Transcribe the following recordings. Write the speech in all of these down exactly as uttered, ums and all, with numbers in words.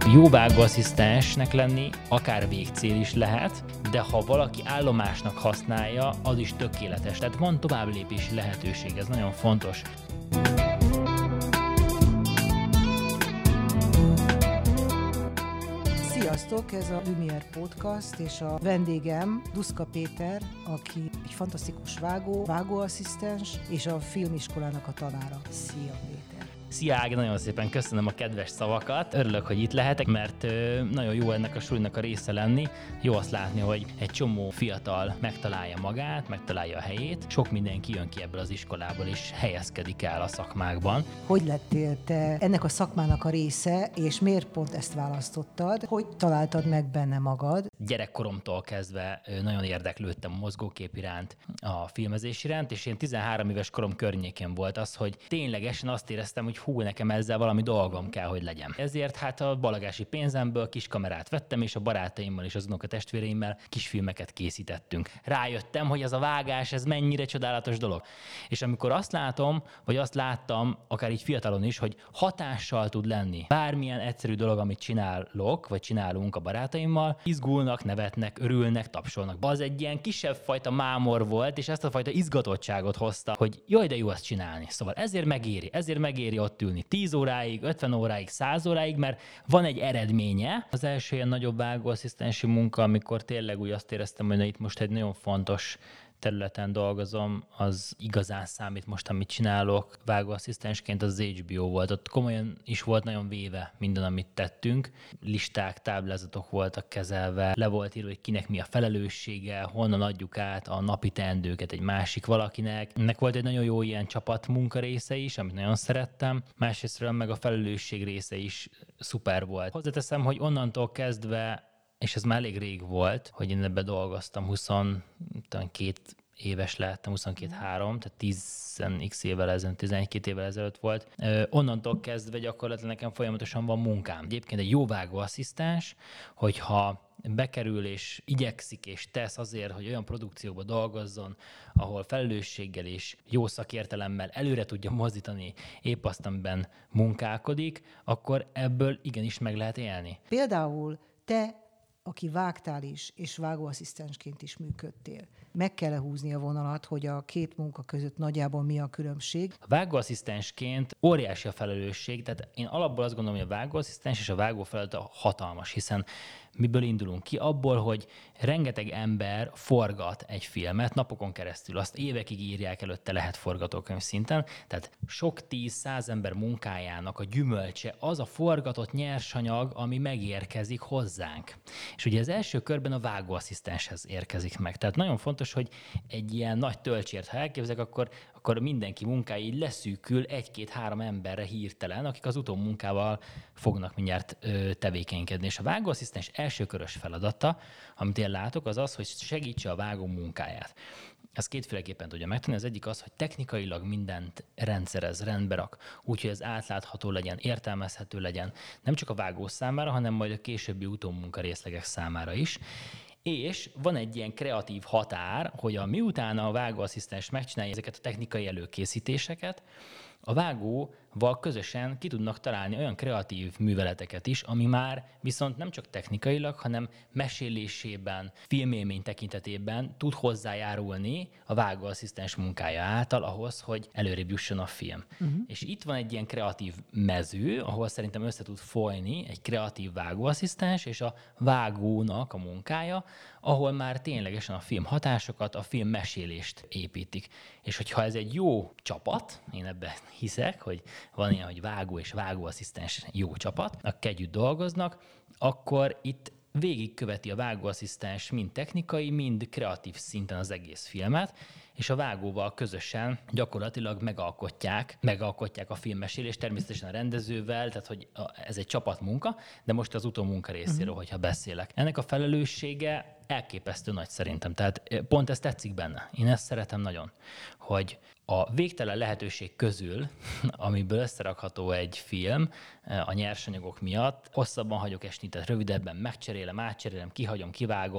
Jó vágóasszisztensnek lenni akár végcél is lehet, de ha valaki állomásnak használja, az is tökéletes. Tehát van továbblépési lehetőség, ez nagyon fontos. Sziasztok, ez a Lumière Podcast, és a vendégem Duszka Péter, aki egy fantasztikus vágó, vágóasszisztens, és a filmiskolának a tanára. Szia, Péter! Szia Ági, nagyon szépen köszönöm a kedves szavakat. Örülök, hogy itt lehetek, mert ö, nagyon jó ennek a sulinak a része lenni. Jó azt látni, hogy egy csomó fiatal megtalálja magát, megtalálja a helyét. Sok mindenki jön ki ebből az iskolából, és helyezkedik el a szakmákban. Hogy lettél te ennek a szakmának a része, és miért pont ezt választottad? Hogy találtad meg benne magad? Gyerekkoromtól kezdve nagyon érdeklődtem a mozgókép iránt, a filmezés iránt, és én tizenhárom éves korom környékén volt az, hogy ténylegesen azt éreztem, hogy hú, nekem ezzel valami dolgom kell, hogy legyen. Ezért hát a balagási pénzemből kis kamerát vettem, és a barátaimmal és az unokatestvéreimmel kisfilmeket készítettünk. Rájöttem, hogy ez a vágás, ez mennyire csodálatos dolog. És amikor azt látom, vagy azt láttam, akár így fiatalon is, hogy hatással tud lenni bármilyen egyszerű dolog, amit csinálok, vagy csinálunk a barátaimmal, izgulnak, nevetnek, örülnek, tapsolnak. Az egy ilyen kisebb fajta mámor volt, és ezt a fajta izgatottságot hozta, hogy jaj, de jó ezt csinálni. Szóval ezért megéri, ezért megéri ott ülni tíz óráig, ötven óráig, száz óráig, mert van egy eredménye. Az első ilyen nagyobb vágóasszisztensi munka, amikor tényleg úgy azt éreztem, hogy na, itt most egy nagyon fontos területen dolgozom, az igazán számít most, amit csinálok. Vágóasszisztensként az há bé o volt. Ott komolyan is volt nagyon véve minden, amit tettünk. Listák, táblázatok voltak kezelve, le volt írva, hogy kinek mi a felelőssége, honnan adjuk át a napi teendőket egy másik valakinek. Ennek volt egy nagyon jó ilyen csapatmunka része is, amit nagyon szerettem. Másrésztről meg a felelősség része is szuper volt. Hozzáteszem, hogy onnantól kezdve, és ez már elég rég volt, hogy én ebbe dolgoztam, huszonkét éves lettem, huszonkét-három, tehát tíz x évvel ezelőtt, tizenegy évvel ezelőtt volt. Ö, onnantól kezdve gyakorlatilag nekem folyamatosan van munkám. Egyébként egy jó vágóasszisztens, hogyha bekerül és igyekszik és tesz azért, hogy olyan produkcióba dolgozzon, ahol felelősséggel és jó szakértelemmel előre tudja mozdítani épp azt, amiben munkálkodik, akkor ebből igenis meg lehet élni. Például te, aki vágtál is, és vágóasszisztensként is működtél, meg kell húzni a vonalat, hogy a két munka között nagyjából mi a különbség? A vágóasszisztensként óriási a felelősség, tehát én alapból azt gondolom, hogy a vágóasszisztens és a vágó feladata hatalmas, hiszen miből indulunk ki? Abból, hogy rengeteg ember forgat egy filmet napokon keresztül, azt évekig írják előtte, lehet forgatókönyv szinten, tehát sok tíz-száz ember munkájának a gyümölcse az a forgatott nyersanyag, ami megérkezik hozzánk. És ugye az első körben a vágóasszisztenshez érkezik meg. Tehát nagyon fontos, hogy egy ilyen nagy töltsért, ha elképzelek, akkor, akkor mindenki munkája így leszűkül egy-két-három emberre hirtelen, akik az utómunkával fognak mindjárt ö, tevékenykedni. És a vágóasszisztens elsőkörös feladata, amit én látok, az az, hogy segítse a vágó munkáját. Ez kétféleképpen tudja megtenni. Az egyik az, hogy technikailag mindent rendszerez, rendbe rak, úgyhogy ez átlátható legyen, értelmezhető legyen, nem csak a vágó számára, hanem majd a későbbi utómunka részlegek számára is. És van egy ilyen kreatív határ, hogy a miután a vágóasszisztens megcsinálja ezeket a technikai előkészítéseket, a vágóval közösen ki tudnak találni olyan kreatív műveleteket is, ami már viszont nem csak technikailag, hanem mesélésében, filmélmény tekintetében tud hozzájárulni a vágóasszisztens munkája által ahhoz, hogy előrébb jusson a film. Uh-huh. És itt van egy ilyen kreatív mező, ahol szerintem össze tud folyni egy kreatív vágóasszisztens és a vágónak a munkája, ahol már ténylegesen a film hatásokat, a film mesélést építik. És hogyha ez egy jó csapat, én ebben hiszek, hogy van ilyen, hogy vágó és vágóasszisztens jó csapat, akik együtt dolgoznak, akkor itt végigköveti a vágóasszisztens mind technikai, mind kreatív szinten az egész filmet, és a vágóval közösen gyakorlatilag megalkotják, megalkotják a filmmesélést, természetesen a rendezővel, tehát hogy ez egy csapatmunka, de most az utómunka részéről, uh-huh. hogyha beszélek. Ennek a felelőssége elképesztő nagy szerintem, tehát pont ez tetszik benne. Én ezt szeretem nagyon, hogy a végtelen lehetőség közül, amiből összerakható egy film a nyersanyagok miatt, hosszabban hagyok esni, tehát rövidebben megcserélem, átcserélem, kihagyom, kivágom,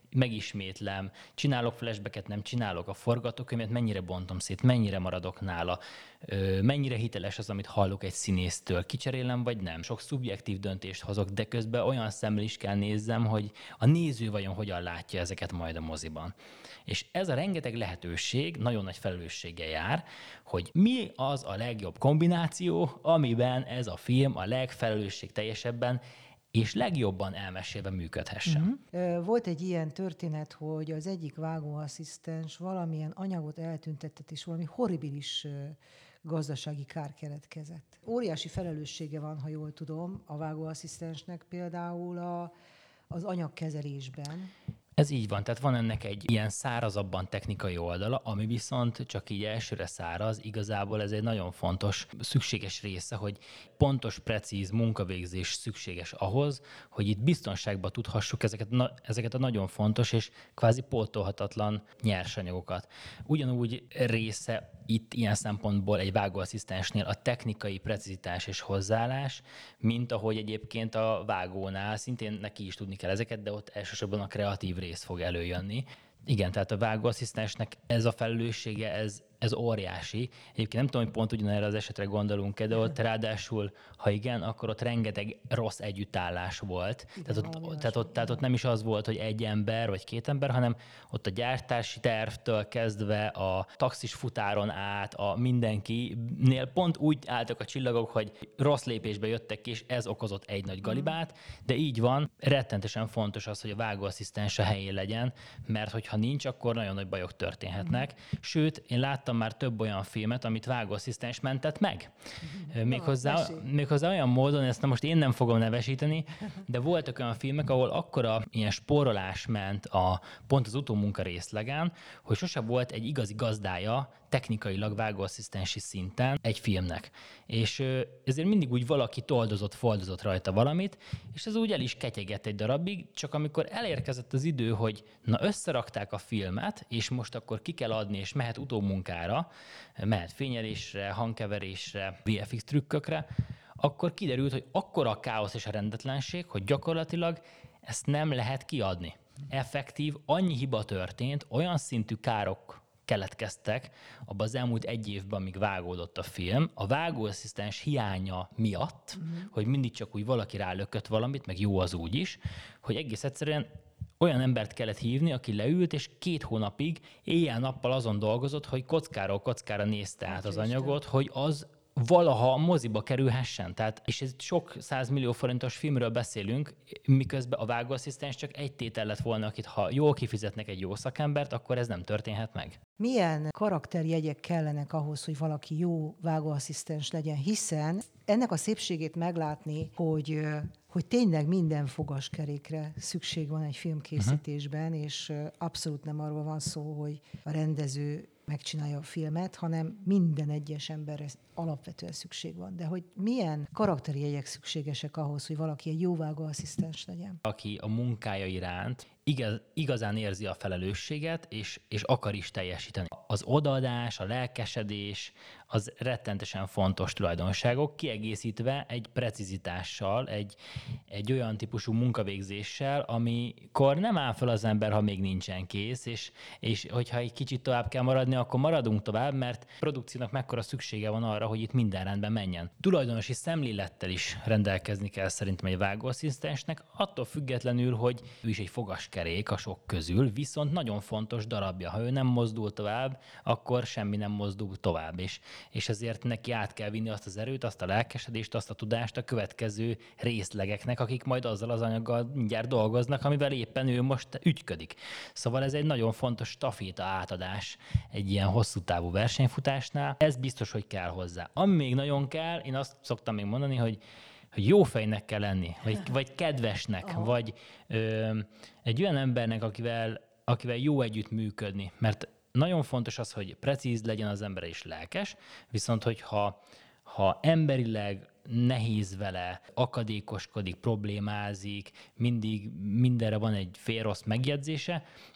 megismétlem, csinálok flashbacket, nem csinálok, a forgatókönyvet mennyire bontom szét, mennyire maradok nála, mennyire hiteles az, amit hallok egy színésztől, kicserélem vagy nem. Sok szubjektív döntést hozok, de közben olyan szemmel is kell nézzem, hogy a néző vajon hogyan látja ezeket majd a moziban. És ez a rengeteg lehetőség nagyon nagy felelősséggel jár, hogy mi az a legjobb kombináció, amiben ez a film a legfelelősségteljesebben és legjobban elmesélve működhessen. Uh-huh. Volt egy ilyen történet, hogy az egyik vágóasszisztens valamilyen anyagot eltüntetett, és valami horribilis gazdasági kár keletkezett. Óriási felelőssége van, ha jól tudom, a vágóasszisztensnek például a, az anyagkezelésben. Ez így van, tehát van ennek egy ilyen szárazabban technikai oldala, ami viszont csak így elsőre száraz, igazából ez egy nagyon fontos, szükséges része, hogy pontos, precíz munkavégzés szükséges ahhoz, hogy itt biztonságban tudhassuk ezeket, na, ezeket a nagyon fontos és kvázi pótolhatatlan nyersanyagokat. Ugyanúgy része itt ilyen szempontból egy vágóasszisztensnél a technikai precizitás és hozzáállás, mint ahogy egyébként a vágónál szintén neki is tudni kell ezeket, de ott elsősorban a kreatív rész fog előjönni. Igen, tehát a vágóasszisztensnek ez a felelőssége, ez, ez óriási. Egyébként nem tudom, hogy pont ugyanerre az esetre gondolunk-e, de ott ráadásul, ha igen, akkor ott rengeteg rossz együttállás volt. Igen, tehát, ott, tehát, ott, tehát ott nem is az volt, hogy egy ember vagy két ember, hanem ott a gyártási tervtől kezdve a taxis futáron át, a mindenkinél pont úgy álltak a csillagok, hogy rossz lépésbe jöttek ki, és ez okozott egy nagy galibát, de így van, rettentesen fontos az, hogy a vágóasszisztens a helyén legyen, mert hogyha nincs, akkor nagyon nagy bajok történhetnek. Mm. Sőt, én láttam már több olyan filmet, amit vágóasszisztens mentett meg. Mm. Méghozzá, méghozzá olyan módon, ezt most én nem fogom nevesíteni, de voltak olyan filmek, ahol akkora ilyen spórolás ment a, pont az utómunka részlegen, hogy sose volt egy igazi gazdája technikailag vágóasszisztensi szinten egy filmnek. És ezért mindig úgy valaki toldozott, foldozott rajta valamit, és ez úgy el is ketyegett egy darabig, csak amikor elérkezett az idő, hogy na összerakták a filmet, és most akkor ki kell adni, és mehet utómunkára, mehet fényelésre, hangkeverésre, vé ef iksz trükkökre, akkor kiderült, hogy akkora a káosz és a rendetlenség, hogy gyakorlatilag ezt nem lehet kiadni. Effektív, annyi hiba történt, olyan szintű károk keletkeztek abban az elmúlt egy évben, amíg vágódott a film, a vágóasszisztens hiánya miatt, uh-huh. hogy mindig csak úgy valaki rálökött valamit, meg jó az úgy is, hogy egész egyszerűen olyan embert kellett hívni, aki leült, és két hónapig éjjel-nappal azon dolgozott, hogy kockáról kockára nézte át az anyagot, hogy az valaha moziba kerülhessen. Tehát, és ez sok százmillió forintos filmről beszélünk, miközben a vágóasszisztens csak egy tétel lett volna, akit ha jól kifizetnek egy jó szakembert, akkor ez nem történhet meg. Milyen karakterjegyek kellenek ahhoz, hogy valaki jó vágóasszisztens legyen, hiszen ennek a szépségét meglátni, hogy, hogy tényleg minden fogaskerékre szükség van egy filmkészítésben, uh-huh. és abszolút nem arról van szó, hogy a rendező megcsinálja a filmet, hanem minden egyes emberre alapvetően szükség van. De hogy milyen karakterjegyek szükségesek ahhoz, hogy valaki egy jó vágóasszisztens legyen? Aki a munkája iránt igaz, igazán érzi a felelősséget, és, és akar is teljesíteni. Az odaadás, a lelkesedés, az rettentesen fontos tulajdonságok, kiegészítve egy precizitással, egy, egy olyan típusú munkavégzéssel, amikor nem áll fel az ember, ha még nincsen kész, és, és hogyha egy kicsit tovább kell maradni, akkor maradunk tovább, mert a produkciónak mekkora szüksége van arra, hogy itt minden rendben menjen. Tulajdonosi szemlélettel is rendelkezni kell szerintem egy vágóasszisztensnek, attól függetlenül, hogy ő is egy fogaskerék a sok közül, viszont nagyon fontos darabja. Ha ő nem mozdul tovább, akkor semmi nem mozdul tovább, és, és ezért neki át kell vinni azt az erőt, azt a lelkesedést, azt a tudást a következő részlegeknek, akik majd azzal az anyaggal mindjárt dolgoznak, amivel éppen ő most ügyködik. Szóval ez egy nagyon fontos staféta átadás egy ilyen hosszú távú versenyfutásnál. Ez biztos, hogy kell hozzá. Ami még nagyon kell, én azt szoktam még mondani, hogy hogy jó fejnek kell lenni, vagy, vagy kedvesnek, Aha. vagy ö, egy olyan embernek, akivel, akivel jó együtt működni. Mert nagyon fontos az, hogy precíz legyen az ember és lelkes, viszont hogyha ha emberileg nehéz vele, akadékoskodik, problémázik, mindig mindenre van egy fél rossz megjegyzése,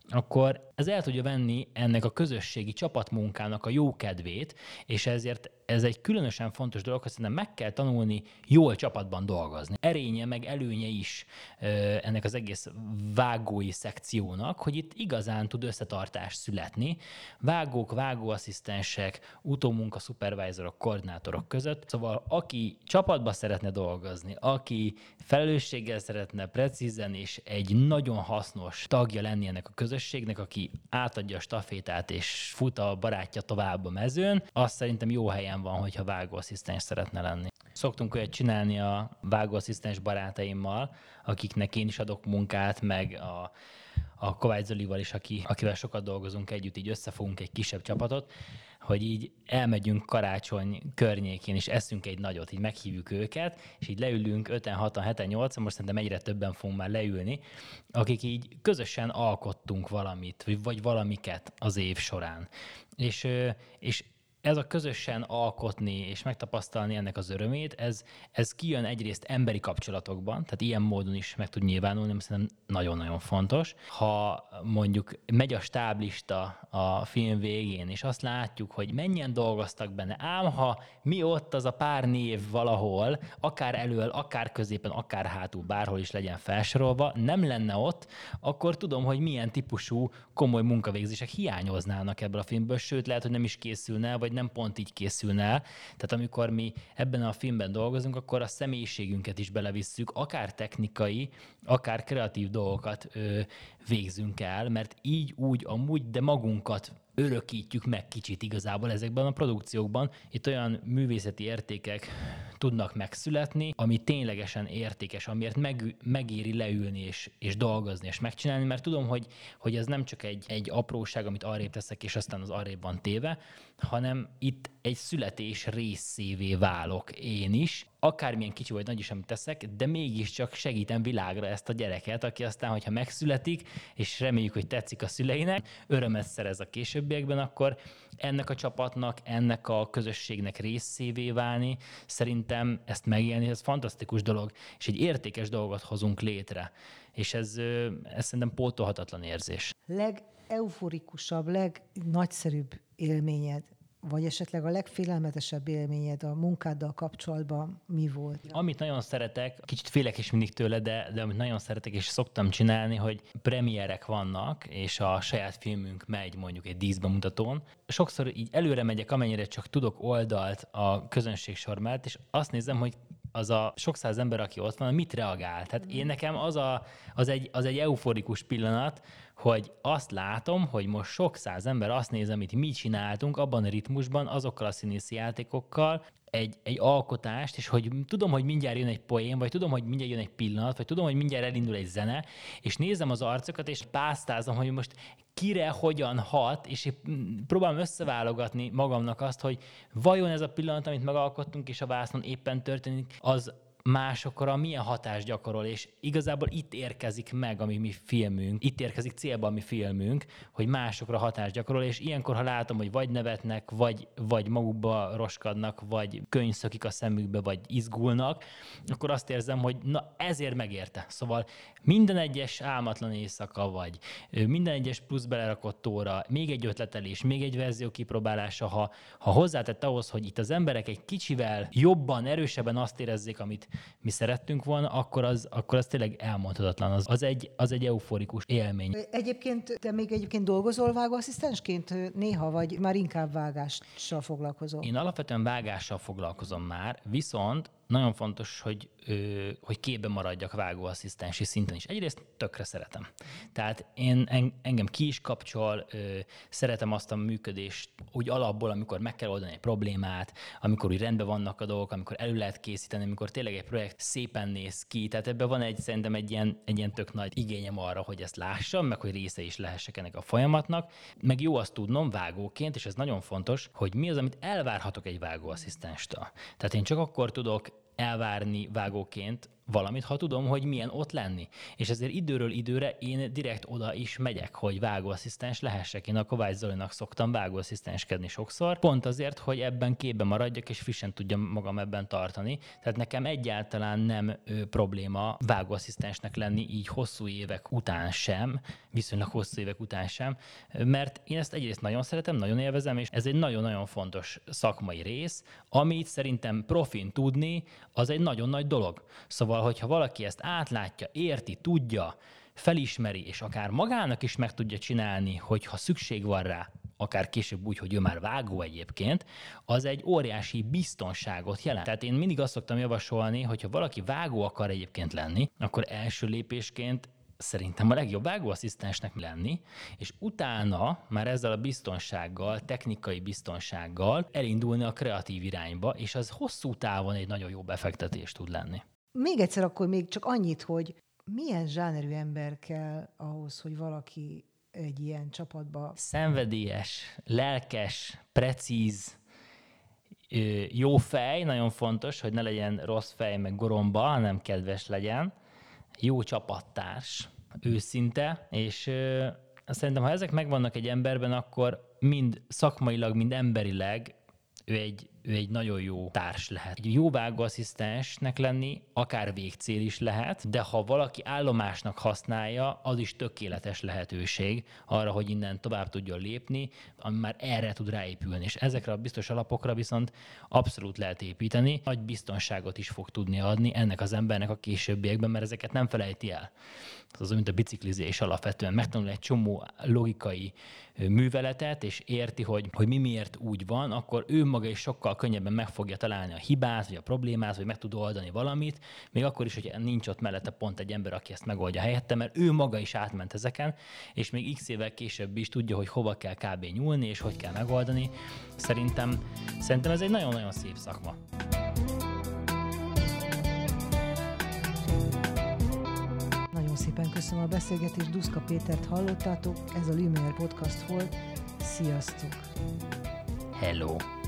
akkor ez el tudja venni ennek a közösségi csapatmunkának a jó kedvét, és ezért ez egy különösen fontos dolog, hogy szerintem meg kell tanulni jól csapatban dolgozni. Erénye meg előnye is ennek az egész vágói szekciónak, hogy itt igazán tud összetartás születni. Vágók, vágóasszisztensek, utómunka, szupervájzorok, koordinátorok között. Szóval aki csapatba szeretne dolgozni, aki felelősséggel szeretne precízen és egy nagyon hasznos tagja lenni ennek a közösségnek, aki átadja a stafétát és fut a barátja tovább a mezőn, azt szerintem jó helyen van, hogyha vágóasszisztens szeretne lenni. Szoktunk olyat csinálni a vágóasszisztens barátaimmal, akiknek én is adok munkát, meg a, a Kovács Zolival is, aki, akivel sokat dolgozunk együtt, így összefogunk egy kisebb csapatot, hogy így elmegyünk karácsony környékén, és eszünk egy nagyot, így meghívjuk őket, és így leülünk öten, hatan, heten, nyolcan, most szerintem egyre többen fogunk már leülni, akik így közösen alkottunk valamit, vagy valamiket az év során. És, és ez a közösen alkotni és megtapasztalni ennek az örömét, ez, ez kijön egyrészt emberi kapcsolatokban, tehát ilyen módon is meg tud nyilvánulni, mert szerintem nagyon-nagyon fontos. Ha mondjuk megy a stáblista a film végén, és azt látjuk, hogy mennyien dolgoztak benne, ám ha mi ott az a pár név valahol, akár elől, akár középen, akár hátul, bárhol is legyen felsorolva, nem lenne ott, akkor tudom, hogy milyen típusú komoly munkavégzések hiányoznának ebből a filmből, sőt, lehet, hogy nem is készülne, vagy nem pont így készülne el. Tehát amikor mi ebben a filmben dolgozunk, akkor a személyiségünket is belevisszük, akár technikai, akár kreatív dolgokat ö, végzünk el, mert így, úgy, amúgy, de magunkat örökítjük meg kicsit igazából ezekben a produkciókban. Itt olyan művészeti értékek tudnak megszületni, ami ténylegesen értékes, amiért meg, megéri leülni és, és dolgozni és megcsinálni, mert tudom, hogy, hogy ez nem csak egy, egy apróság, amit arrébb teszek, és aztán az arrébb van téve, hanem itt egy születés részévé válok én is, akármilyen kicsi vagy nagy is, amit teszek, de mégiscsak segítem világra ezt a gyereket, aki aztán, hogyha megszületik, és reméljük, hogy tetszik a szüleinek, örömet szerez a későbbiekben, akkor ennek a csapatnak, ennek a közösségnek részévé válni, szerintem ezt megélni, ez fantasztikus dolog, és egy értékes dolgot hozunk létre. És ez, ez szerintem pótolhatatlan érzés. Legeufórikusabb, legnagyszerűbb élményed, vagy esetleg a legfélelmetesebb élményed a munkáddal kapcsolatban mi volt? Amit nagyon szeretek, kicsit félek is mindig tőle, de, de amit nagyon szeretek és szoktam csinálni, hogy premierek vannak, és a saját filmünk megy mondjuk egy díszbemutatón. Sokszor így előre megyek, amennyire csak tudok oldalt a közönség sor mellett, és azt nézem, hogy az a sok száz ember, aki ott van, mit reagál. Tehát én nekem az, a, az, egy, az egy euforikus pillanat, hogy azt látom, hogy most sok száz ember azt néz, amit mi csináltunk abban a ritmusban, azokkal a színészi játékokkal, egy, egy alkotást, és hogy tudom, hogy mindjárt jön egy poén, vagy tudom, hogy mindjárt jön egy pillanat, vagy tudom, hogy mindjárt elindul egy zene, és nézem az arcokat, és pásztázom, hogy most kire, hogyan hat, és próbálom összeválogatni magamnak azt, hogy vajon ez a pillanat, amit megalkottunk, és a vásznon éppen történik, az másokra milyen hatást gyakorol, és igazából itt érkezik meg a mi, mi filmünk, itt érkezik célba a mi filmünk, hogy másokra hatást gyakorol, és ilyenkor, ha látom, hogy vagy nevetnek, vagy, vagy magukba roskadnak, vagy könyvszökik a szemükbe, vagy izgulnak, akkor azt érzem, hogy na ezért megérte. Szóval minden egyes álmatlan éjszaka, vagy minden egyes plusz belerakott óra, még egy ötletelés, még egy verzió kipróbálása, ha, ha hozzátett ahhoz, hogy itt az emberek egy kicsivel jobban, erősebben azt érezzék, amit mi szerettünk volna, akkor az, akkor az tényleg elmondhatatlan. Az, az, egy, az egy euforikus élmény. Egyébként te még egyébként dolgozol vágóasszisztensként néha, vagy már inkább vágással foglalkozol? Én alapvetően vágással foglalkozom már, viszont nagyon fontos, hogy, ö, hogy képbe maradjak vágóasszisztensi szinten is. Egyrészt tökre szeretem. Tehát én, engem ki is kapcsol, ö, szeretem azt a működést úgy alapból, amikor meg kell oldani egy problémát, amikor úgy rendben vannak a dolgok, amikor elő lehet készíteni, amikor tényleg egy projekt szépen néz ki. Tehát ebben van egy, szerintem egy ilyen, egy ilyen tök nagy igényem arra, hogy ezt lássam, meg hogy része is lehessek ennek a folyamatnak. Meg jó azt tudnom vágóként, és ez nagyon fontos, hogy mi az, amit elvárhatok egy vágóasszisztenstől. Tehát én csak akkor tudok elvárni vágóként valamit, ha tudom, hogy milyen ott lenni. És ezért időről időre én direkt oda is megyek, hogy vágóasszisztens lehessek. Én a Kovács Zolinak szoktam vágóasszisztenskedni sokszor, pont azért, hogy ebben képbe maradjak, és frissen tudjam magam ebben tartani. Tehát nekem egyáltalán nem ö, probléma vágóasszisztensnek lenni így hosszú évek után sem, viszonylag hosszú évek után sem, mert én ezt egyrészt nagyon szeretem, nagyon élvezem, és ez egy nagyon-nagyon fontos szakmai rész, amit szerintem profin tudni, az egy nagyon nagy dolog. Szóval hogyha valaki ezt átlátja, érti, tudja, felismeri, és akár magának is meg tudja csinálni, hogyha szükség van rá, akár később úgy, hogy ő már vágó egyébként, az egy óriási biztonságot jelent. Tehát én mindig azt szoktam javasolni, hogyha valaki vágó akar egyébként lenni, akkor első lépésként szerintem a legjobb vágóasszisztensnek lenni, és utána már ezzel a biztonsággal, technikai biztonsággal elindulni a kreatív irányba, és az hosszú távon egy nagyon jó befektetés tud lenni. Még egyszer akkor még csak annyit, hogy milyen zsánerű ember kell ahhoz, hogy valaki egy ilyen csapatba... Szenvedélyes, lelkes, precíz, jó fej, nagyon fontos, hogy ne legyen rossz fej, meg goromba, hanem kedves legyen, jó csapattárs, őszinte, és ö, szerintem, ha ezek megvannak egy emberben, akkor mind szakmailag, mind emberileg ő egy, ő egy nagyon jó társ lehet. Egy jó vágóasszisztensnek lenni akár végcél is lehet, de ha valaki állomásnak használja, az is tökéletes lehetőség arra, hogy innen tovább tudjon lépni, ami már erre tud ráépülni. És ezekre a biztos alapokra viszont abszolút lehet építeni. Nagy biztonságot is fog tudni adni ennek az embernek a későbbiekben, mert ezeket nem felejti el. Az az, mint a biciklizés alapvetően. Megtanul egy csomó logikai műveletet, és érti, hogy, hogy mi miért úgy van, akkor ő maga is sokkal könnyebben meg fogja találni a hibát, vagy a problémát, vagy meg tud oldani valamit, még akkor is, hogy nincs ott mellette pont egy ember, aki ezt megoldja helyette, mert ő maga is átment ezeken, és még x évvel később is tudja, hogy hova kell kb. Nyúlni, és hogy kell megoldani. Szerintem, szerintem ez egy nagyon-nagyon szép szakma. Nagyon szépen köszönöm a beszélgetést, Duszka Pétert hallottátok, ez a Lumière Podcast volt. Sziasztok! Hello!